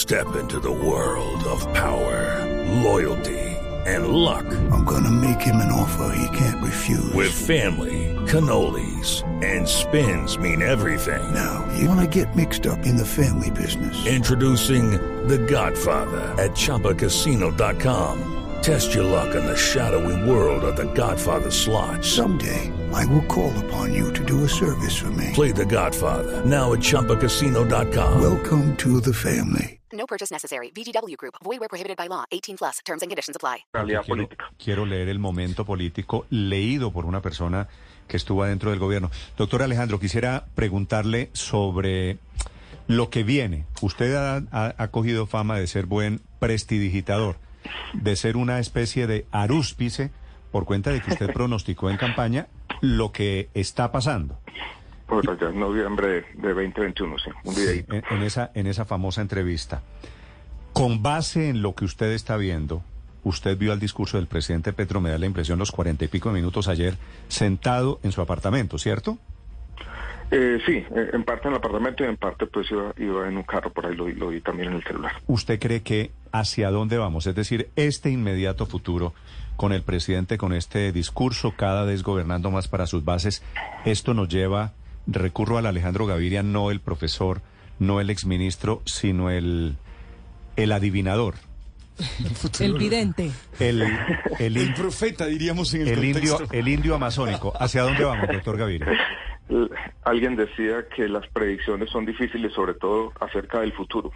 Step into the world of power, loyalty, and luck. I'm gonna make him an offer he can't refuse. With family, cannolis, and spins mean everything. Now, you wanna get mixed up in the family business. Introducing The Godfather at ChumbaCasino.com. Test your luck in the shadowy world of The Godfather slot. Someday, I will call upon you to do a service for me. Play The Godfather, now at ChumbaCasino.com. Welcome to the family. No purchase necessary. VGW Group. Void where prohibited by law. 18+. Terms and conditions apply. Quiero leer el momento político leído por una persona que estuvo adentro del gobierno. Doctor Alejandro, quisiera preguntarle sobre lo que viene. Usted ha cogido fama de ser buen prestidigitador, de ser una especie de arúspice por cuenta de que usted pronosticó en campaña lo que está pasando. Por allá en noviembre de 2021, sí, un videíto. En esa famosa entrevista, con base en lo que usted está viendo, usted vio el discurso del presidente Petro, me da la impresión, los 40 y pico de minutos ayer, sentado en su apartamento, ¿cierto? Sí, en parte en el apartamento y en parte pues iba en un carro, por ahí lo vi también en el celular. ¿Usted cree que hacia dónde vamos? Es decir, este inmediato futuro con el presidente, con este discurso, cada vez gobernando más para sus bases, esto nos lleva, recurro al Alejandro Gaviria, no el profesor, no el exministro, sino el adivinador. El vidente. El profeta, diríamos en el contexto. El indio amazónico. ¿Hacia dónde vamos, doctor Gaviria? Alguien decía que las predicciones son difíciles, sobre todo acerca del futuro.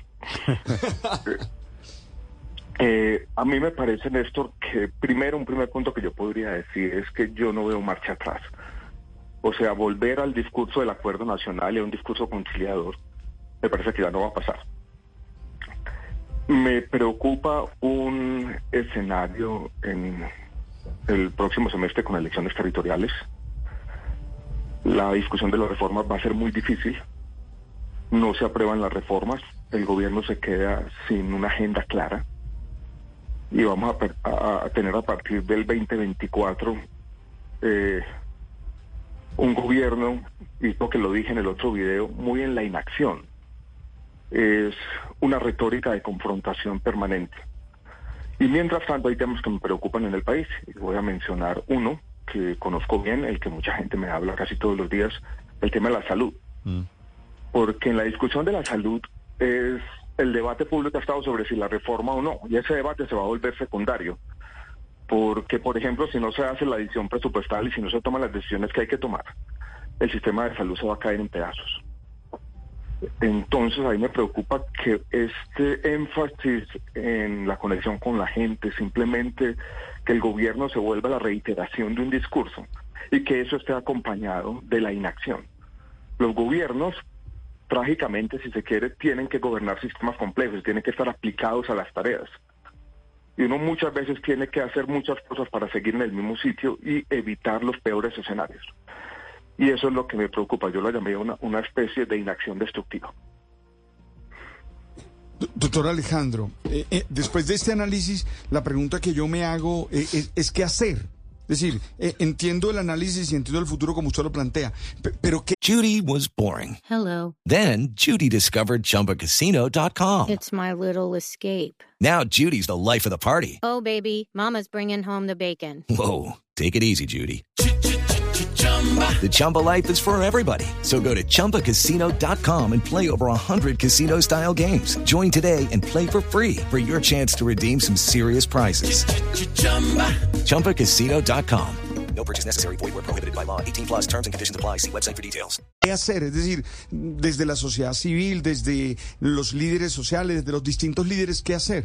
A mí me parece, Néstor, que un primer punto que yo podría decir es que yo no veo marcha atrás. O sea, volver al discurso del acuerdo nacional y a un discurso conciliador, me parece que ya no va a pasar. Me preocupa un escenario en el próximo semestre con elecciones territoriales. La discusión de las reformas va a ser muy difícil. No se aprueban las reformas, el gobierno se queda sin una agenda clara y vamos a tener a partir del 2024 un gobierno, y lo que lo dije en el otro video, muy en la inacción. Es una retórica de confrontación permanente. Y mientras tanto hay temas que me preocupan en el país. Y voy a mencionar uno que conozco bien, el que mucha gente me habla casi todos los días, el tema de la salud. Porque en la discusión de la salud el debate público ha estado sobre si la reforma o no, y ese debate se va a volver secundario. Porque, por ejemplo, si no se hace la adición presupuestal y si no se toman las decisiones que hay que tomar, el sistema de salud se va a caer en pedazos. Entonces ahí me preocupa que este énfasis en la conexión con la gente, simplemente que el gobierno se vuelva la reiteración de un discurso y que eso esté acompañado de la inacción. Los gobiernos, trágicamente, si se quiere, tienen que gobernar sistemas complejos, tienen que estar aplicados a las tareas. Y uno muchas veces tiene que hacer muchas cosas para seguir en el mismo sitio y evitar los peores escenarios. Y eso es lo que me preocupa. Yo la llamé una especie de inacción destructiva. Doctor Alejandro, después de este análisis, la pregunta que yo me hago es ¿qué hacer? Es decir, entiendo el análisis y entiendo el futuro como usted lo plantea, pero ¿qué? Judy was boring. Hello. Then Judy discovered ChumbaCasino.com. It's my little escape. Now Judy's the life of the party. Oh, baby, mama's bringing home the bacon. Whoa, take it easy, Judy. The Chumba life is for everybody. So go to ChumbaCasino.com and play over 100 casino-style games. Join today and play for free for your chance to redeem some serious prizes. ChumbaCasino.com. No purchase necessary. Void where prohibited by law. 18+ terms and conditions apply. See website for details. ¿Qué hacer? Es decir, desde la sociedad civil, desde los líderes sociales, desde los distintos líderes, ¿qué hacer?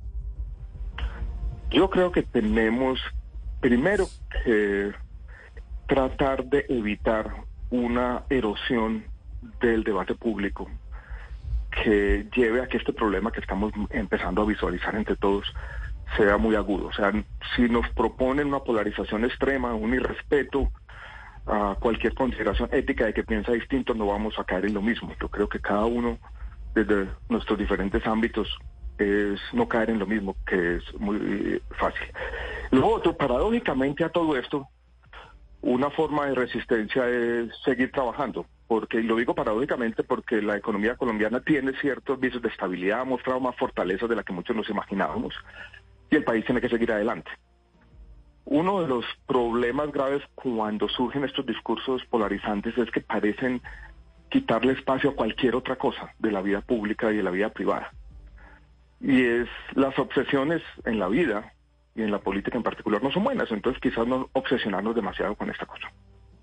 Yo creo que tenemos, primero, que tratar de evitar una erosión del debate público que lleve a que este problema que estamos empezando a visualizar entre todos sea muy agudo. O sea, si nos proponen una polarización extrema, un irrespeto a cualquier consideración ética de que piensa distinto, no vamos a caer en lo mismo. Yo creo que cada uno, desde nuestros diferentes ámbitos, es no caer en lo mismo, que es muy fácil. Lo otro, paradójicamente a todo esto, una forma de resistencia es seguir trabajando. porque, y lo digo paradójicamente, porque la economía colombiana tiene ciertos vicios de estabilidad, ha mostrado más fortaleza de la que muchos nos imaginábamos, y el país tiene que seguir adelante. Uno de los problemas graves cuando surgen estos discursos polarizantes es que parecen quitarle espacio a cualquier otra cosa de la vida pública y de la vida privada. Y las obsesiones en la vida y en la política en particular no son buenas, entonces quizás no obsesionarnos demasiado con esta cosa.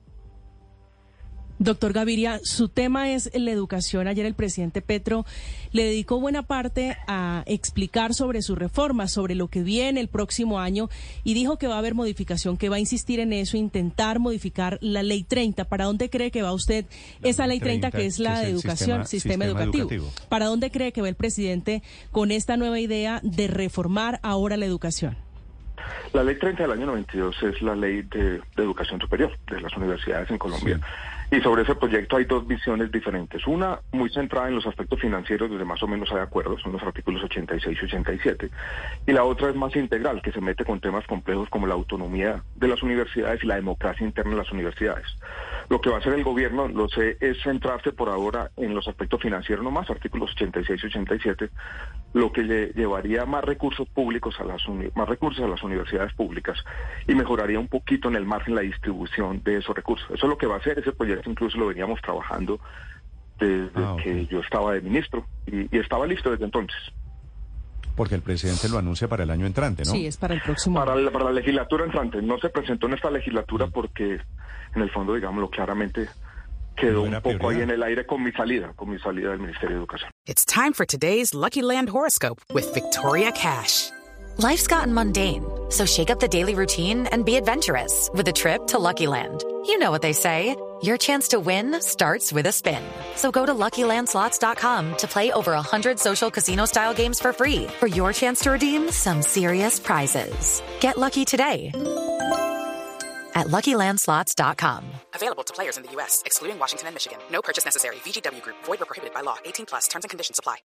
Doctor Gaviria, su tema es la educación. Ayer el presidente Petro le dedicó buena parte a explicar sobre su reforma, sobre lo que viene el próximo año, y dijo que va a haber modificación, que va a insistir en eso, intentar modificar la Ley 30. ¿Para dónde cree que va usted esa Ley 30 que es la de educación, sistema educativo? ¿Para dónde cree que va el presidente con esta nueva idea de reformar ahora la educación? La Ley 30 del año 92 es la ley de educación superior de las universidades en Colombia. Sí. Y sobre ese proyecto hay dos visiones diferentes. Una muy centrada en los aspectos financieros, donde más o menos hay acuerdos, son los artículos 86 y 87. Y la otra es más integral, que se mete con temas complejos como la autonomía de las universidades y la democracia interna de las universidades. Lo que va a hacer el gobierno, lo sé, es centrarse por ahora en los aspectos financieros nomás, artículos 86 y 87, lo que le llevaría más recursos públicos a las universidades públicas y mejoraría un poquito en el margen la distribución de esos recursos. Eso es lo que va a hacer ese proyecto. Incluso lo veníamos trabajando desde que yo estaba de ministro y estaba listo desde entonces. Porque el presidente lo anuncia para el año entrante, ¿no? Sí, es para el próximo año. Para la legislatura entrante. No se presentó en esta legislatura porque, en el fondo, digámoslo claramente, quedó un poco ahí en el aire con mi salida del Ministerio de Educación. It's time for today's Lucky Land horoscope with Victoria Cash. Life's gotten mundane, so shake up the daily routine and be adventurous with a trip to Lucky Land. You know what they say, your chance to win starts with a spin. So go to LuckyLandSlots.com to play over 100 social casino-style games for free for your chance to redeem some serious prizes. Get lucky today at LuckyLandSlots.com. Available to players in the U.S., excluding Washington and Michigan. No purchase necessary. VGW Group. Void where prohibited by law. 18+. Terms and conditions apply.